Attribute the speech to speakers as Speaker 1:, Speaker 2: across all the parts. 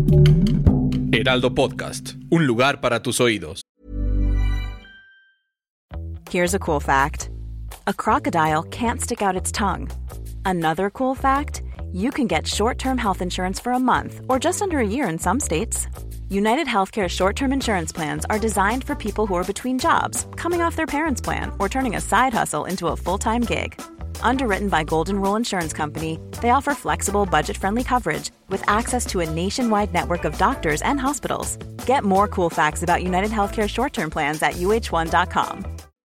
Speaker 1: Heraldo Podcast, un lugar para tus oídos.
Speaker 2: Here's a cool fact. A crocodile can't stick out its tongue. Another cool fact, you can get short-term health insurance for a month or just under a year in some states. United Healthcare short-term insurance plans are designed for people who are between jobs, coming off their parents' plan, or turning a side hustle into a full-time gig. Underwritten by Golden Rule Insurance Company, they offer flexible, budget-friendly coverage with access to a nationwide network of doctors and hospitals. Get more cool facts about United Healthcare short-term plans at uh1.com.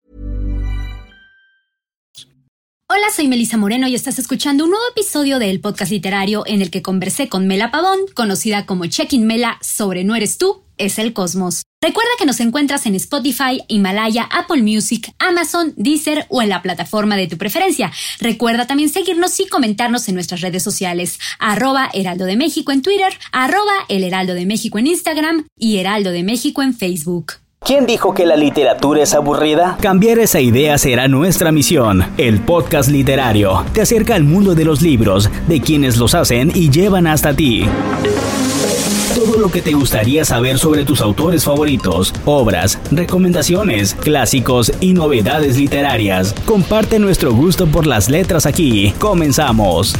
Speaker 3: Hola, soy Melissa Moreno y estás escuchando un nuevo episodio del podcast literario en el que conversé con Mela Pavón, conocida como Check-in Mela, sobre No eres tú, es el cosmos. Recuerda que nos encuentras en Spotify, Himalaya, Apple Music, Amazon, Deezer o en la plataforma de tu preferencia. Recuerda también seguirnos y comentarnos en nuestras redes sociales, @Heraldo de México en Twitter, @El Heraldo de México en Instagram y Heraldo de México en Facebook.
Speaker 4: ¿Quién dijo que la literatura es aburrida? Cambiar esa idea será nuestra misión. El podcast literario te acerca al mundo de los libros, de quienes los hacen y llevan hasta ti. Todo lo que te gustaría saber sobre tus autores favoritos, obras, recomendaciones, clásicos y novedades literarias. Comparte nuestro gusto por las letras aquí. ¡Comenzamos!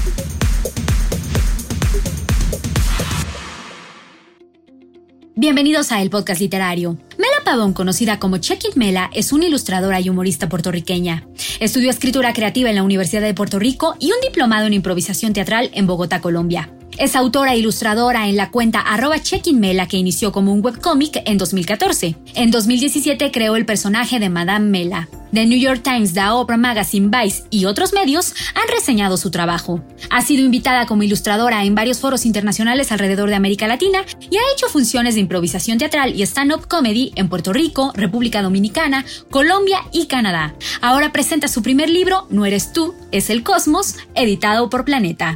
Speaker 3: Bienvenidos a El Podcast Literario. Mela Pavón, conocida como Check-in Mela, es una ilustradora y humorista puertorriqueña. Estudió escritura creativa en la Universidad de Puerto Rico y un diplomado en improvisación teatral en Bogotá, Colombia. Es autora e ilustradora en la cuenta @CheckInMela, que inició como un webcómic en 2014. En 2017 creó el personaje de Madame Mela. The New York Times, The Oprah Magazine, Vice y otros medios han reseñado su trabajo. Ha sido invitada como ilustradora en varios foros internacionales alrededor de América Latina y ha hecho funciones de improvisación teatral y stand-up comedy en Puerto Rico, República Dominicana, Colombia y Canadá. Ahora presenta su primer libro, No eres tú, es el cosmos, editado por Planeta.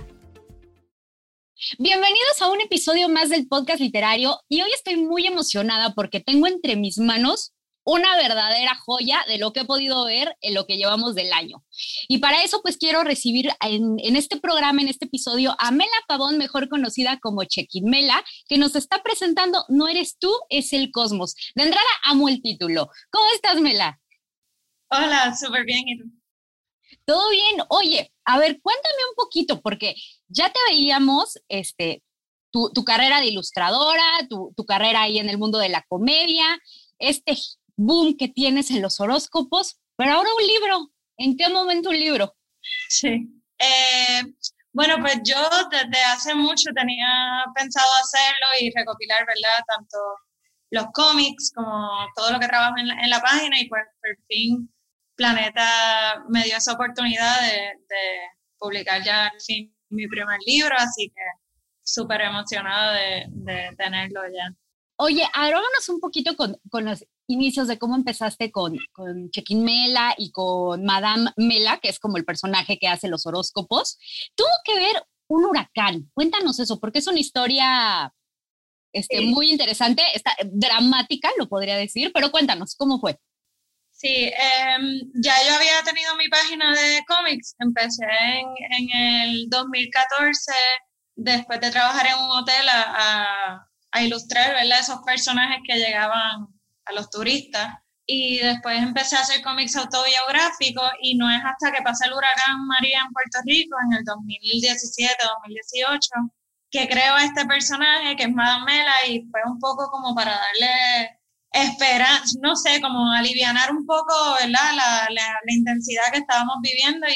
Speaker 3: Bienvenidos a un episodio más del podcast literario y hoy estoy muy emocionada porque tengo entre mis manos una verdadera joya de lo que he podido ver en lo que llevamos del año. Y para eso pues quiero recibir en este programa, en este episodio, a Mela Pavón, mejor conocida como Check-in Mela, que nos está presentando No eres tú, es el cosmos. De entrada amo el título. ¿Cómo estás, Mela?
Speaker 5: Hola, súper bien. ¿Y tú?
Speaker 3: ¿Todo bien? Oye, a ver, cuéntame un poquito, porque ya te veíamos tu carrera de ilustradora, tu carrera ahí en el mundo de la comedia, este boom que tienes en los horóscopos, pero ahora un libro. ¿En qué momento un libro?
Speaker 5: Sí. Bueno, pues yo desde hace mucho tenía pensado hacerlo y recopilar, ¿verdad? Tanto los cómics como todo lo que trabajo en la página y pues por fin Planeta me dio esa oportunidad de publicar ya al fin mi primer libro, así que súper emocionada de tenerlo ya.
Speaker 3: Oye, háblanos un poquito con los inicios de cómo empezaste con Check-in Mela y con Madame Mela, que es como el personaje que hace los horóscopos. Tuvo que ver un huracán. Cuéntanos eso, porque es una historia
Speaker 5: Sí.
Speaker 3: muy interesante, dramática, lo podría decir, pero cuéntanos, ¿cómo fue?
Speaker 5: Sí, ya yo había tenido mi página de cómics, empecé en el 2014, después de trabajar en un hotel a ilustrar, ¿verdad? Esos personajes que llegaban a los turistas, y después empecé a hacer cómics autobiográficos y no es hasta que pasa el huracán María en Puerto Rico en el 2017, 2018, que creo este personaje que es Madame Mela y fue un poco como para darle esperanza, no sé, como alivianar un poco, ¿verdad? La intensidad que estábamos viviendo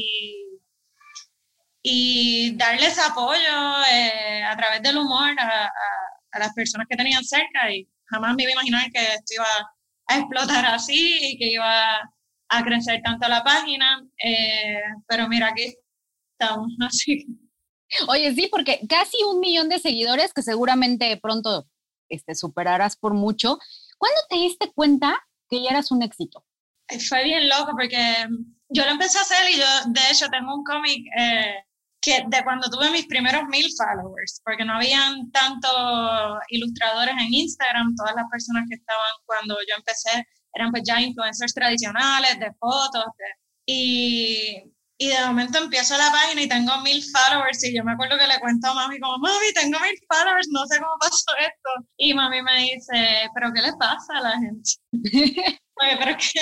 Speaker 5: y darles apoyo a través del humor a las personas que tenían cerca, y jamás me iba a imaginar que esto iba a explotar así y que iba a crecer tanto la página, pero mira, aquí estamos, así que...
Speaker 3: Oye, sí, porque casi 1 millón de seguidores que seguramente pronto superarás por mucho. ¿Cuándo te diste cuenta que ya eras un éxito?
Speaker 5: Fue bien loco porque yo lo empecé a hacer y yo, de hecho, tengo un cómic que de cuando tuve mis primeros 1000 followers, porque no habían tantos ilustradores en Instagram, todas las personas que estaban cuando yo empecé eran pues ya influencers tradicionales de fotos, y Y de momento empiezo la página y tengo 1,000 followers y yo me acuerdo que le cuento a mami como, mami, tengo 1,000 followers, no sé cómo pasó esto. Y mami me dice, ¿pero qué le pasa a la gente? Oye, ¿pero qué?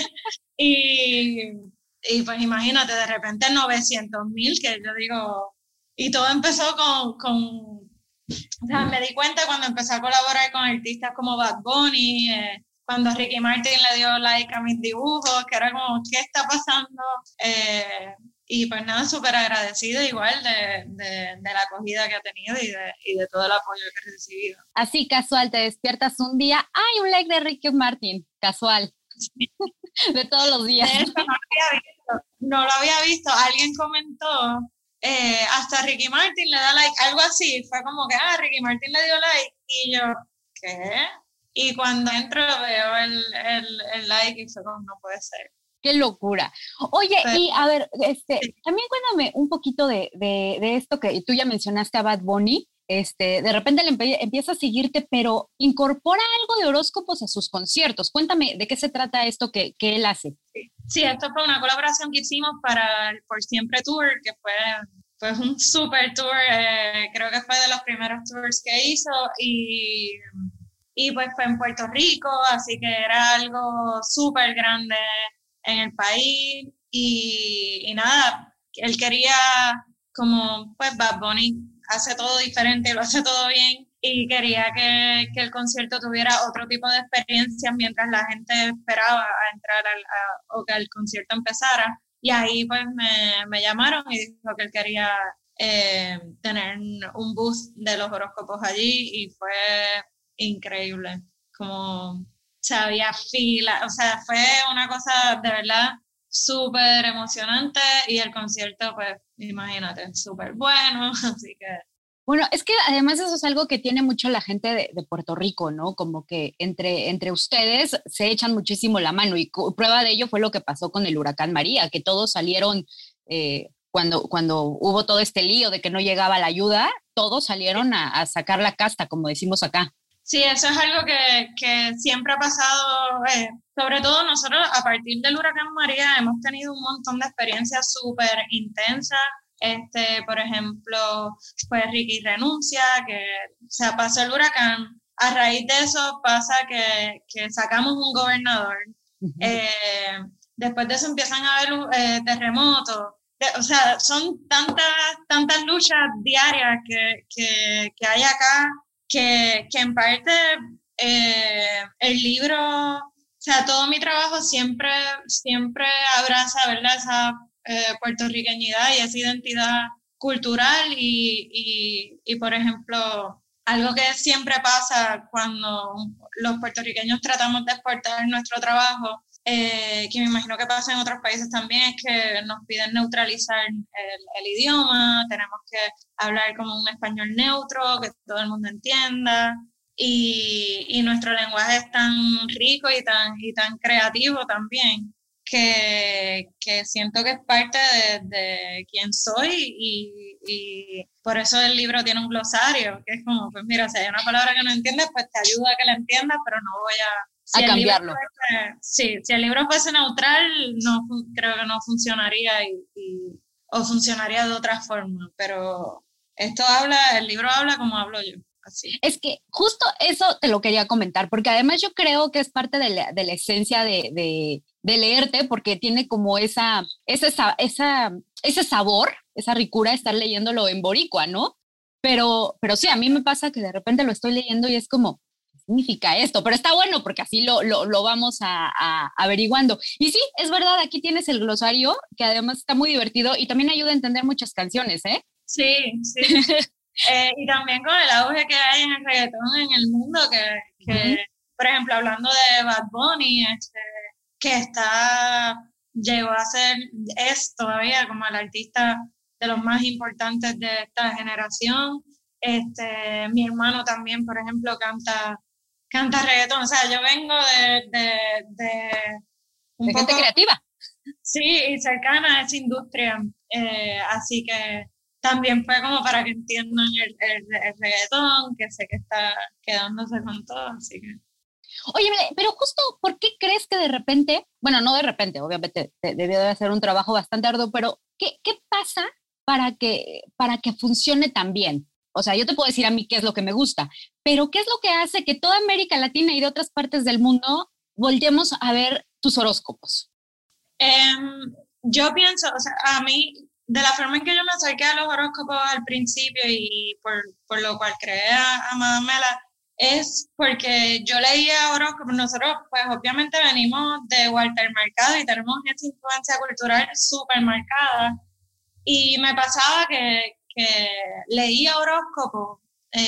Speaker 5: Y pues imagínate, de repente 900,000, que yo digo, y todo empezó o sea, me di cuenta cuando empecé a colaborar con artistas como Bad Bunny, cuando Ricky Martin le dio like a mis dibujos, que era como, ¿qué está pasando? Y pues nada, súper agradecida igual de la acogida que ha tenido y de todo el apoyo que he recibido.
Speaker 3: Así casual, te despiertas un día, ¡ay, un like de Ricky Martin! Casual. Sí. De todos los días.
Speaker 5: De eso no lo había visto. Alguien comentó, hasta Ricky Martin le da like, algo así. Fue como que, Ricky Martin le dio like. Y yo, ¿qué? Y cuando entro veo el like y fue como, no puede ser.
Speaker 3: ¡Qué locura! Oye, pero, y a ver, también cuéntame un poquito de esto que tú ya mencionaste a Bad Bunny. De repente le empieza a seguirte, pero incorpora algo de horóscopos a sus conciertos. Cuéntame de qué se trata esto que él hace.
Speaker 5: Sí, esto fue una colaboración que hicimos para el Por Siempre Tour, que fue un super tour, creo que fue de los primeros tours que hizo, y pues fue en Puerto Rico, así que era algo súper grande en el país, y nada, él quería como, pues Bad Bunny hace todo diferente, lo hace todo bien, y quería que el concierto tuviera otro tipo de experiencias mientras la gente esperaba a entrar o que el concierto empezara. Y ahí pues me llamaron y dijo que él quería tener un booth de los horóscopos allí, y fue increíble. Como había fila, o sea, fue una cosa de verdad súper emocionante, y el concierto, pues, imagínate, súper bueno, así que...
Speaker 3: Bueno, es que además eso es algo que tiene mucho la gente de Puerto Rico, ¿no? Como que entre ustedes se echan muchísimo la mano, y prueba de ello fue lo que pasó con el huracán María, que todos salieron, cuando hubo todo este lío de que no llegaba la ayuda, todos salieron a sacar la casta, como decimos acá.
Speaker 5: Sí, eso es algo que siempre ha pasado, sobre todo nosotros a partir del huracán María hemos tenido un montón de experiencias súper intensas. Por ejemplo, pues Ricky renuncia, que se pasó el huracán. A raíz de eso pasa que sacamos un gobernador. Uh-huh. Después de eso empiezan a haber terremotos. O sea, son tantas luchas diarias que hay acá, que en parte el libro, o sea, todo mi trabajo siempre abraza, ¿verdad?, esa puertorriqueñidad y esa identidad cultural, y por ejemplo, algo que siempre pasa cuando los puertorriqueños tratamos de exportar nuestro trabajo, que me imagino que pasa en otros países también, es que nos piden neutralizar el idioma, tenemos que hablar como un español neutro, que todo el mundo entienda, y nuestro lenguaje es tan rico y tan creativo también, que siento que es parte de quién soy, y por eso el libro tiene un glosario, que es como, pues mira, si hay una palabra que no entiendes, pues te ayuda a que la entiendas, pero no voy a
Speaker 3: cambiarlo.
Speaker 5: Si el libro fuese neutral, creo que no funcionaría, o funcionaría de otra forma, pero el libro habla como hablo yo. Así.
Speaker 3: Es que justo eso te lo quería comentar, porque además yo creo que es parte de la esencia de leerte, porque tiene como ese sabor, esa ricura de estar leyéndolo en boricua, ¿no? Pero sí, a mí me pasa que de repente lo estoy leyendo y es como, ¿qué significa esto? Pero está bueno porque así lo vamos a averiguando. Y sí, es verdad, aquí tienes el glosario, que además está muy divertido y también ayuda a entender muchas canciones, ¿eh?
Speaker 5: Sí. Y también con el auge que hay en el reggaetón en el mundo, que uh-huh. Por ejemplo, hablando de Bad Bunny, que llegó a ser, es todavía como el artista de los más importantes de esta generación. Mi hermano también, por ejemplo, canta reggaetón. O sea, yo vengo de
Speaker 3: un poco, gente creativa.
Speaker 5: Sí, y cercana a esa industria. Así que también fue como para que entiendan el reggaetón, que sé que está quedándose con todo, así que...
Speaker 3: Oye, pero justo, ¿por qué crees que de repente, bueno, no de repente, obviamente debió de hacer un trabajo bastante arduo, pero ¿qué pasa para que funcione tan bien? O sea, yo te puedo decir a mí qué es lo que me gusta, pero ¿qué es lo que hace que toda América Latina y de otras partes del mundo volteemos a ver tus horóscopos?
Speaker 5: Yo pienso, o sea, a mí, de la forma en que yo me acerqué a los horóscopos al principio y por lo cual creé a Madame Mela, es porque yo leía horóscopos. Nosotros, pues obviamente venimos de Walter Mercado y tenemos esa influencia cultural súper marcada. Y me pasaba que leía horóscopos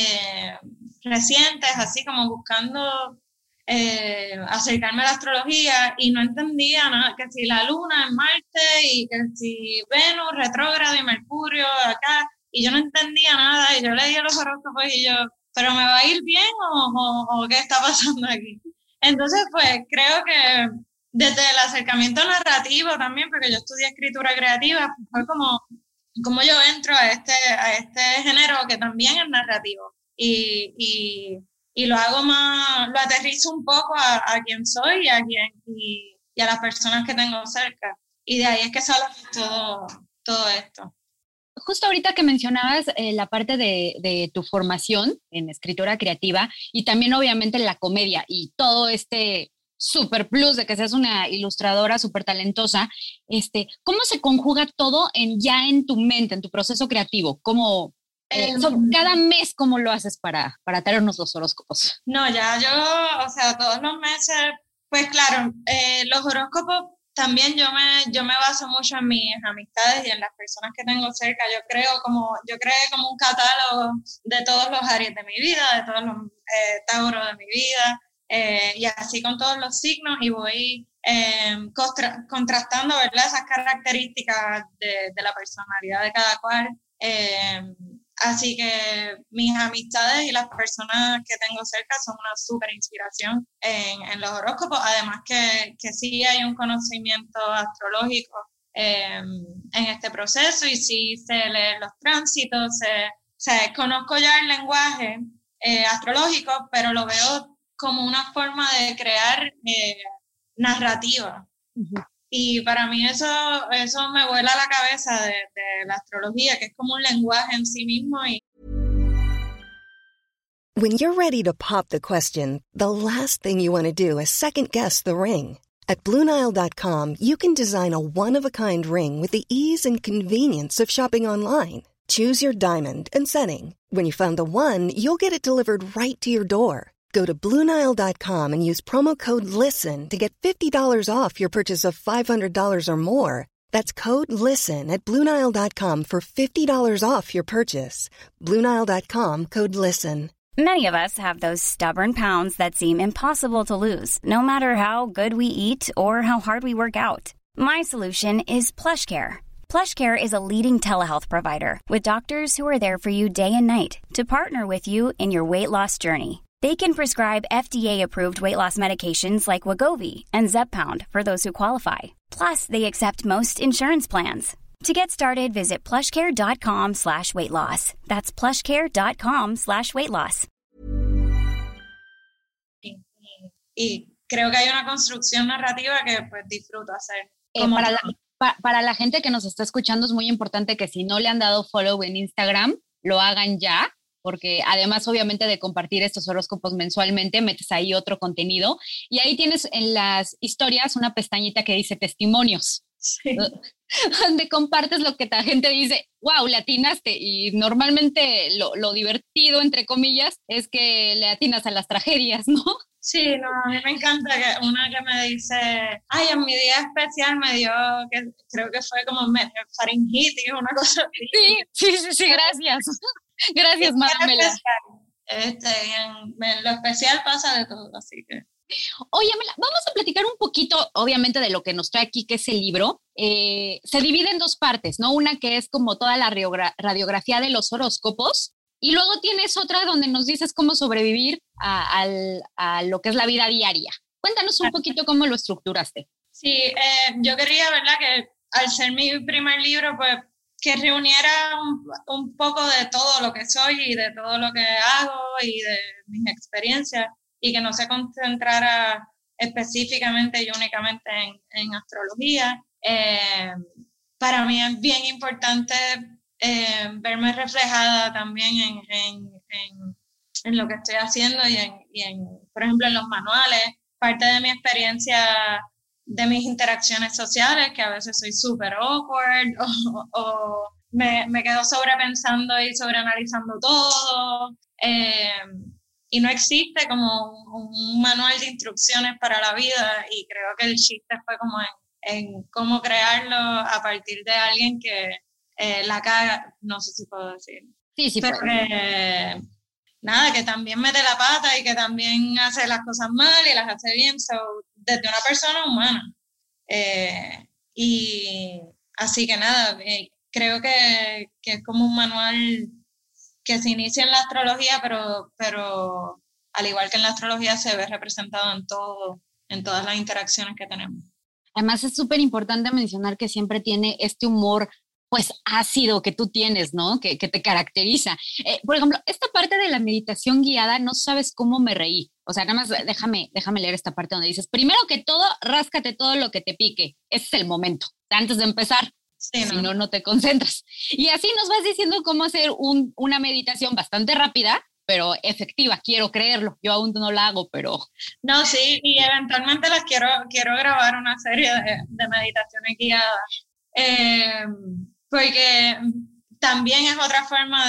Speaker 5: recientes, así como buscando acercarme a la astrología, y no entendía nada, que si la luna en Marte y que si Venus retrógrado y Mercurio acá, y yo no entendía nada, y yo leía los horóscopos y yo, ¿pero me va a ir bien o qué está pasando aquí? Entonces, pues creo que desde el acercamiento narrativo también, porque yo estudié escritura creativa, fue como yo entro a este género que también es narrativo, y lo hago más, lo aterrizo un poco a quién soy y a las personas que tengo cerca, y de ahí es que sale todo esto.
Speaker 3: Justo ahorita que mencionabas la parte de tu formación en escritura creativa y también obviamente la comedia y todo este super plus de que seas una ilustradora súper talentosa, ¿cómo se conjuga todo ya en tu mente, en tu proceso creativo? ¿Cómo, cada mes, cómo lo haces para traernos los horóscopos?
Speaker 5: No, ya yo, o sea, todos los meses, pues claro, los horóscopos también yo me baso mucho en mis amistades y en las personas que tengo cerca. Yo creé como un catálogo de todos los Aries de mi vida, de todos los Tauro de mi vida, y así con todos los signos, y voy contrastando, ¿verdad?, esas características de la personalidad de cada cual. Así que mis amistades y las personas que tengo cerca son una súper inspiración en los horóscopos, además que sí hay un conocimiento astrológico en este proceso, y sí sé leer los tránsitos, conozco ya el lenguaje astrológico, pero lo veo como una forma de crear narrativa. Uh-huh. Y para mí eso me vuela la cabeza de la astrología, que es como un lenguaje en sí mismo.
Speaker 6: When you're ready to pop the question, the last thing you want to do is second-guess the ring. At BlueNile.com, you can design a one-of-a-kind ring with the ease and convenience of shopping online. Choose your diamond and setting. When you find the one, you'll get it delivered right to your door. Go to BlueNile.com and use promo code LISTEN to get $50 off your purchase of $500 or more. That's code LISTEN at BlueNile.com for $50 off your purchase. BlueNile.com, code LISTEN.
Speaker 7: Many of us have those stubborn pounds that seem impossible to lose, no matter how good we eat or how hard we work out. My solution is PlushCare. PlushCare is a leading telehealth provider with doctors who are there for you day and night to partner with you in your weight loss journey. They can prescribe FDA-approved weight loss medications like Wegovy and Zepbound for those who qualify. Plus, they accept most insurance plans. To get started, visit plushcare.com/weightloss. That's plushcare.com/weightloss.
Speaker 5: Y creo que hay una construcción narrativa que pues disfruto hacer.
Speaker 3: Para la gente que nos está escuchando es muy importante que si no le han dado follow en Instagram, lo hagan ya, porque además obviamente de compartir estos horóscopos mensualmente, metes ahí otro contenido y ahí tienes en las historias una pestañita que dice testimonios. Sí. Donde compartes lo que la gente dice, wow, le atinaste, y normalmente lo divertido, entre comillas, es que le atinas a las tragedias, ¿no?
Speaker 5: Sí, no, a mí me encanta una que me dice, ay, en mi día especial me dio, que creo que fue como faringitis, una cosa así.
Speaker 3: Sí, gracias. Gracias, Madame Mela.
Speaker 5: En lo especial pasa de todo, así que...
Speaker 3: Oye, Mela, vamos a platicar un poquito, obviamente, de lo que nos trae aquí, que es el libro. Se divide en dos partes, ¿no? Una que es como toda la radiografía de los horóscopos, y luego tienes otra donde nos dices cómo sobrevivir a lo que es la vida diaria. Cuéntanos un poquito cómo lo estructuraste.
Speaker 5: Sí, yo quería, ¿verdad?, que al ser mi primer libro, pues, que reuniera un poco de todo lo que soy y de todo lo que hago y de mis experiencias. y que no se concentrara específicamente y únicamente en astrología. Para mí es bien importante verme reflejada también en lo que estoy haciendo y por ejemplo, en los manuales. Parte de mi experiencia de mis interacciones sociales, que a veces soy súper awkward o me quedo sobrepensando y sobreanalizando todo. Y no existe como un manual de instrucciones para la vida, y creo que el chiste fue como en cómo crearlo a partir de alguien que la caga, no sé si puedo decir.
Speaker 3: Sí,
Speaker 5: pero nada, que también mete la pata y que también hace las cosas mal y las hace bien, desde una persona humana. Y así que nada, creo que es como un manual que se inicia en la astrología, pero al igual que en la astrología se ve representado en todas las interacciones que tenemos.
Speaker 3: Además es súper importante mencionar que siempre tiene este humor pues ácido que tú tienes, ¿no? Que te caracteriza. Por ejemplo, esta parte de la meditación guiada, no sabes cómo me reí. O sea, nada más déjame leer esta parte donde dices, primero que todo, ráscate todo lo que te pique. Ese es el momento, antes de empezar. Sí, si no te concentras. Y así nos vas diciendo cómo hacer una meditación bastante rápida, pero efectiva, quiero creerlo. Yo aún no la hago, pero...
Speaker 5: No, sí, y eventualmente quiero grabar una serie de meditaciones guiadas. Porque también es otra forma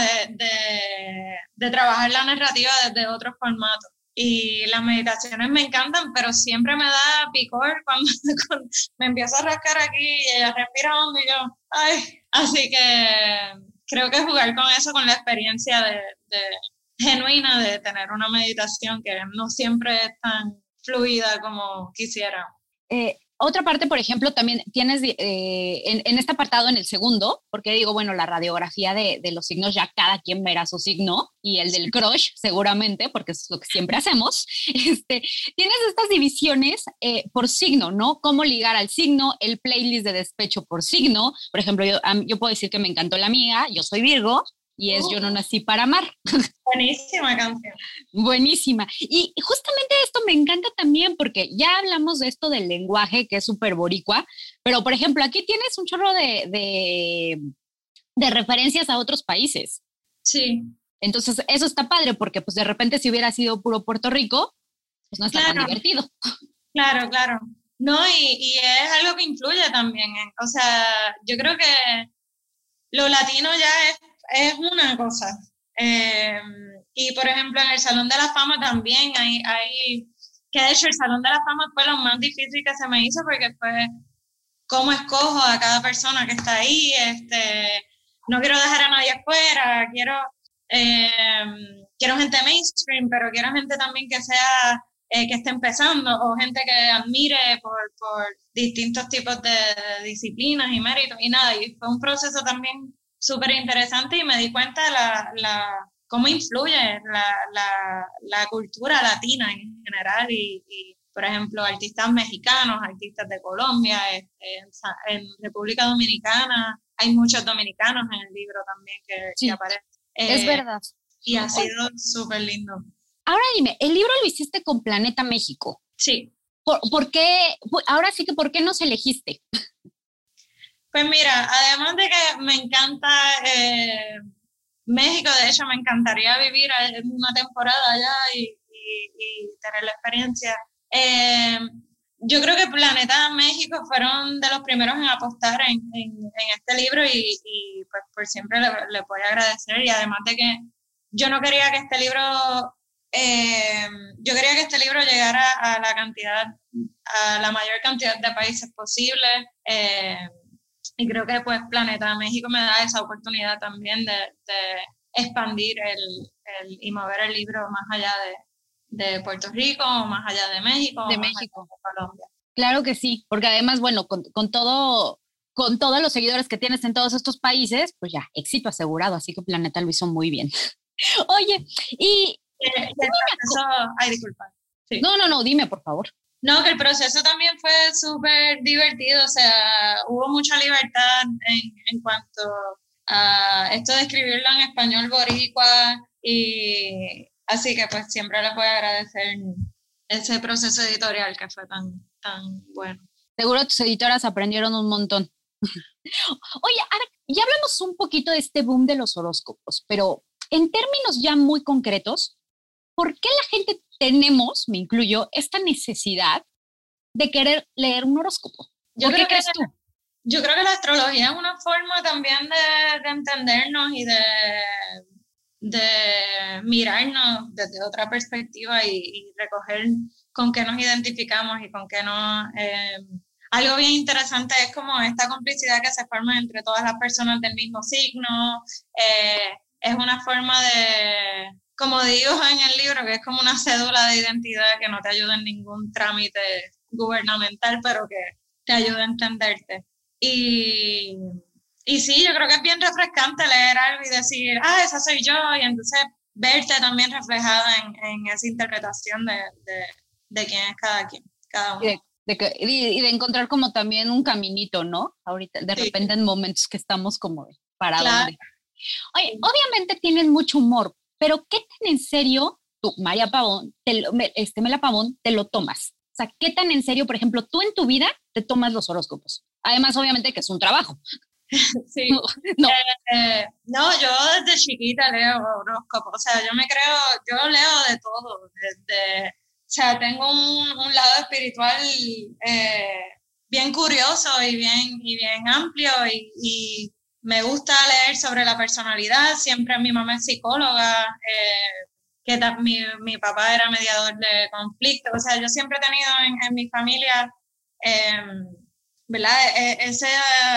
Speaker 5: de trabajar la narrativa desde otros formatos. Y las meditaciones me encantan, pero siempre me da picor cuando me empiezo a rascar aquí y ella respira hondo y yo, ay. Así que creo que jugar con eso, con la experiencia genuina de tener una meditación que no siempre es tan fluida como quisiera.
Speaker 3: Otra parte, por ejemplo, también tienes en este apartado, en el segundo, porque digo, bueno, la radiografía de los signos, ya cada quien verá su signo, y el del crush seguramente, porque eso es lo que siempre hacemos. Tienes estas divisiones por signo, ¿no? Cómo ligar al signo, el playlist de despecho por signo. Por ejemplo, yo puedo decir que me encantó la mía, yo soy Virgo, y es Yo no nací para amar.
Speaker 5: Buenísima canción.
Speaker 3: Buenísima. Y justamente esto me encanta también porque ya hablamos de esto del lenguaje, que es súper boricua, pero por ejemplo, aquí tienes un chorro de referencias a otros países.
Speaker 5: Sí.
Speaker 3: Entonces, eso está padre porque pues de repente si hubiera sido puro Puerto Rico, pues no está tan divertido.
Speaker 5: Claro. No, y es algo que influye también. O sea, yo creo que lo latino ya es una cosa. Y por ejemplo, en el Salón de la Fama también hay que de hecho el Salón de la Fama fue lo más difícil que se me hizo, porque fue cómo escojo a cada persona que está ahí. No quiero dejar a nadie afuera, quiero gente mainstream, pero quiero gente también que sea que esté empezando, o gente que admire por distintos tipos de disciplinas y méritos y nada. Y fue un proceso también súper interesante, y me di cuenta de cómo influye la cultura latina en general, y por ejemplo, artistas mexicanos, artistas de Colombia, en República Dominicana, hay muchos dominicanos en el libro también que aparecen.
Speaker 3: Es verdad.
Speaker 5: Y ha sido súper lindo.
Speaker 3: Ahora dime, el libro lo hiciste con Planeta México.
Speaker 5: Sí.
Speaker 3: ¿Por qué? Ahora sí que, ¿por qué nos elegiste?
Speaker 5: Pues mira, además de que me encanta México, de hecho me encantaría vivir una temporada allá y tener la experiencia. Yo creo que Planeta México fueron de los primeros en apostar en este libro, y pues por siempre le voy a agradecer. Y además de que yo no quería que este libro, yo quería que este libro llegara a la mayor cantidad de países posible. Y creo que pues Planeta México me da esa oportunidad también de expandir y mover el libro más allá de Puerto Rico, más allá de México.
Speaker 3: De México. De Colombia. Claro que sí, porque además, bueno, con todos los seguidores que tienes en todos estos países, pues ya, éxito asegurado, así que Planeta lo hizo muy bien. Oye, y...
Speaker 5: Ay, disculpa. Sí.
Speaker 3: No, dime, por favor.
Speaker 5: No, que el proceso también fue súper divertido, o sea, hubo mucha libertad en cuanto a esto de escribirlo en español boricua, y Así que pues siempre les voy a agradecer ese proceso editorial que fue tan bueno.
Speaker 3: Seguro tus editoras aprendieron un montón. Oye, ahora ya hablamos un poquito de este boom de los horóscopos, pero en términos ya muy concretos, ¿por qué la gente tenemos, me incluyo, esta necesidad de querer leer un horóscopo? ¿Por qué crees tú?
Speaker 5: Yo creo que la astrología es una forma también de entendernos y de mirarnos desde otra perspectiva y recoger con qué nos identificamos y con qué no. Algo bien interesante es como esta complicidad que se forma entre todas las personas del mismo signo. Es una forma de, como digo en el libro, que es como una cédula de identidad que no te ayuda en ningún trámite gubernamental, pero que te ayuda a entenderte. Y sí, yo creo que es bien refrescante leer algo y decir, esa soy yo, y entonces verte también reflejada en esa interpretación de quién es cada uno.
Speaker 3: Y de encontrar como también un caminito, ¿no? Ahorita, de repente en momentos que estamos como de, ¿para dónde? Oye, obviamente tienes mucho humor, pero ¿qué tan en serio tú, María Pavón, Mela Pavón, te lo tomas? O sea, ¿qué tan en serio, por ejemplo, tú en tu vida te tomas los horóscopos? Además, obviamente que es un trabajo.
Speaker 5: Sí. No, yo desde chiquita leo horóscopos. O sea, yo leo de todo. O sea, tengo un lado espiritual bien curioso y bien amplio y me gusta leer sobre la personalidad. Siempre mi mamá es psicóloga, mi papá era mediador de conflictos. O sea, yo siempre he tenido en mi familia, ¿verdad? Ese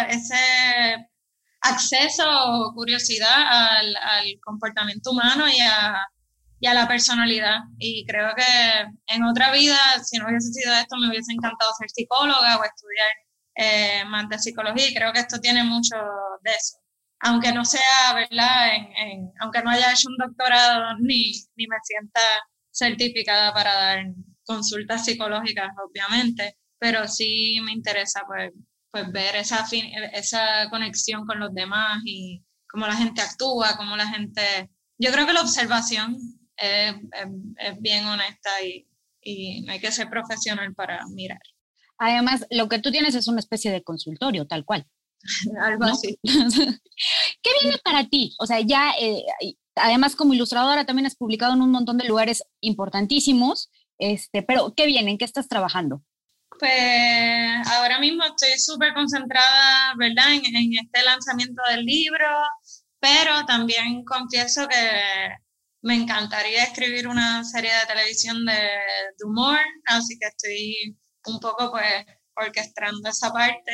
Speaker 5: acceso o curiosidad al comportamiento humano y a la personalidad. Y creo que en otra vida, si no hubiese sido esto, me hubiese encantado ser psicóloga o estudiar más de psicología. Y creo que esto tiene mucho de eso. Aunque no sea, ¿verdad? Aunque no haya hecho un doctorado ni me sienta certificada para dar consultas psicológicas, obviamente, pero sí me interesa pues ver esa conexión con los demás y cómo la gente actúa, cómo la gente... Yo creo que la observación es bien honesta y no hay que ser profesional para mirar.
Speaker 3: Además, lo que tú tienes es una especie de consultorio, tal cual.
Speaker 5: Algo
Speaker 3: ¿no?
Speaker 5: así.
Speaker 3: ¿Qué viene para ti? O sea, ya, además como ilustradora también has publicado en un montón de lugares importantísimos, pero ¿qué viene? ¿En qué estás trabajando?
Speaker 5: Pues ahora mismo estoy súper concentrada, ¿verdad?, en este lanzamiento del libro, pero también confieso que me encantaría escribir una serie de televisión de humor, así que estoy un poco pues orquestando esa parte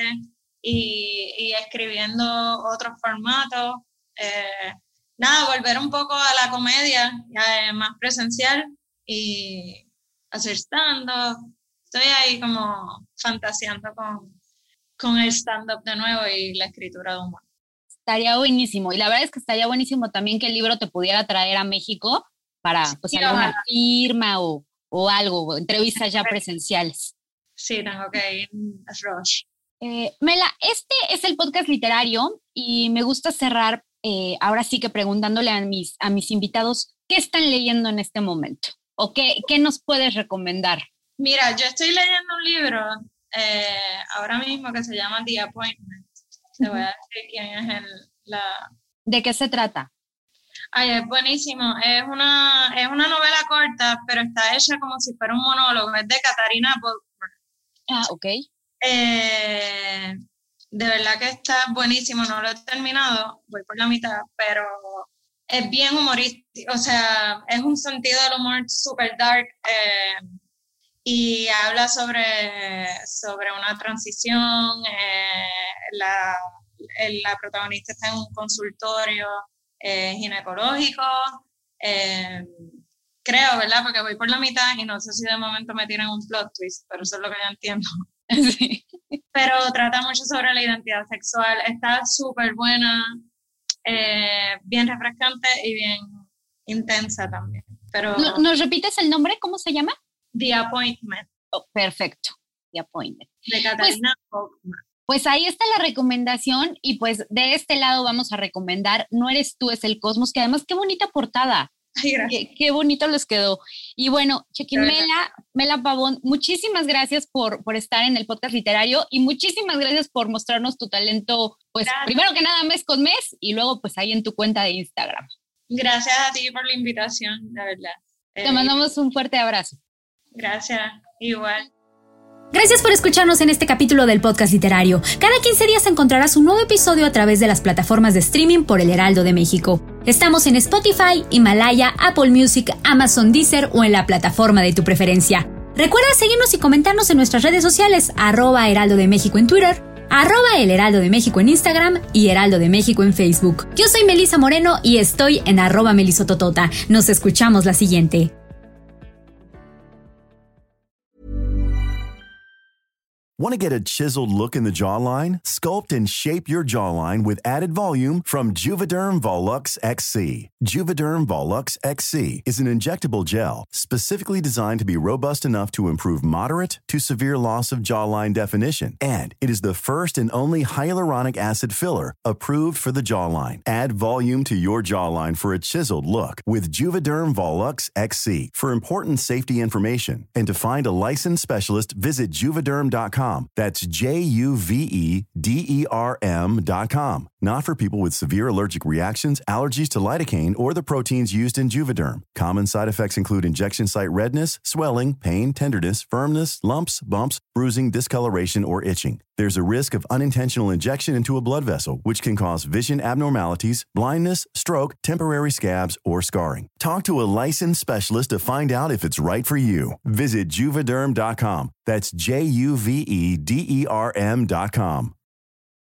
Speaker 5: y escribiendo otros formatos. Volver un poco a la comedia más presencial y hacer stand-up. Estoy ahí como fantaseando con el stand-up de nuevo y la escritura de humor.
Speaker 3: Estaría buenísimo. Y la verdad es que estaría buenísimo también que el libro te pudiera traer a México para pues, alguna firma o algo, o entrevistas ya presenciales.
Speaker 5: Sí, tengo que ir a Rush.
Speaker 3: Mela, este es el podcast literario y me gusta cerrar ahora sí que preguntándole a mis invitados qué están leyendo en este momento o qué nos puedes recomendar.
Speaker 5: Mira, yo estoy leyendo un libro ahora mismo que se llama The Appointment. Te voy a decir quién es
Speaker 3: ¿De qué se trata?
Speaker 5: Ay, es buenísimo. Es una novela corta, pero está hecha como si fuera un monólogo. Es de Katharina Bockmer.
Speaker 3: Ah, ok.
Speaker 5: De verdad que está buenísimo. No lo he terminado, voy por la mitad, pero es bien humorístico. O sea, es un sentido del humor super dark. Y habla sobre una transición. La protagonista está en un consultorio ginecológico. Creo, ¿verdad? Porque voy por la mitad y no sé si de momento me tiran un plot twist, pero eso es lo que yo entiendo.
Speaker 3: Sí.
Speaker 5: Pero trata mucho sobre la identidad sexual. Está súper buena, bien refrescante y bien intensa también. Pero
Speaker 3: ¿Nos repites el nombre? ¿Cómo se llama?
Speaker 5: The Appointment.
Speaker 3: Oh, perfecto, The Appointment.
Speaker 5: De Katharina Bockmer.
Speaker 3: Pues ahí está la recomendación y pues de este lado vamos a recomendar No eres tú, es el cosmos, que además qué bonita portada.
Speaker 5: Ay, gracias.
Speaker 3: Qué bonito les quedó. Y bueno, Chequín Mela Pavón, muchísimas gracias por estar en el podcast literario y muchísimas gracias por mostrarnos tu talento, pues gracias. Primero que nada mes con mes y luego pues ahí en tu cuenta de Instagram.
Speaker 5: Gracias a ti por la invitación, la verdad.
Speaker 3: Te mandamos un fuerte abrazo.
Speaker 5: Gracias, igual.
Speaker 3: Gracias por escucharnos en este capítulo del podcast literario. Cada 15 días encontrarás un nuevo episodio a través de las plataformas de streaming por El Heraldo de México. Estamos en Spotify, Himalaya, Apple Music, Amazon, Deezer o en la plataforma de tu preferencia. Recuerda seguirnos y comentarnos en nuestras redes sociales, @Heraldo de México en Twitter, @El Heraldo de México en Instagram y Heraldo de México en Facebook. Yo soy Melissa Moreno y estoy en @Melisototota. Nos escuchamos la siguiente.
Speaker 8: Want to get a chiseled look in the jawline? Sculpt and shape your jawline with added volume from Juvederm Volux XC. Juvederm Volux XC is an injectable gel specifically designed to be robust enough to improve moderate to severe loss of jawline definition. And it is the first and only hyaluronic acid filler approved for the jawline. Add volume to your jawline for a chiseled look with Juvederm Volux XC. For important safety information and to find a licensed specialist, visit Juvederm.com. That's JUVEDERM.com. Not for people with severe allergic reactions, allergies to lidocaine, or the proteins used in Juvederm. Common side effects include injection site redness, swelling, pain, tenderness, firmness, lumps, bumps, bruising, discoloration, or itching. There's a risk of unintentional injection into a blood vessel, which can cause vision abnormalities, blindness, stroke, temporary scabs, or scarring. Talk to a licensed specialist to find out if it's right for you. Visit Juvederm.com. That's JUVEDERM.com.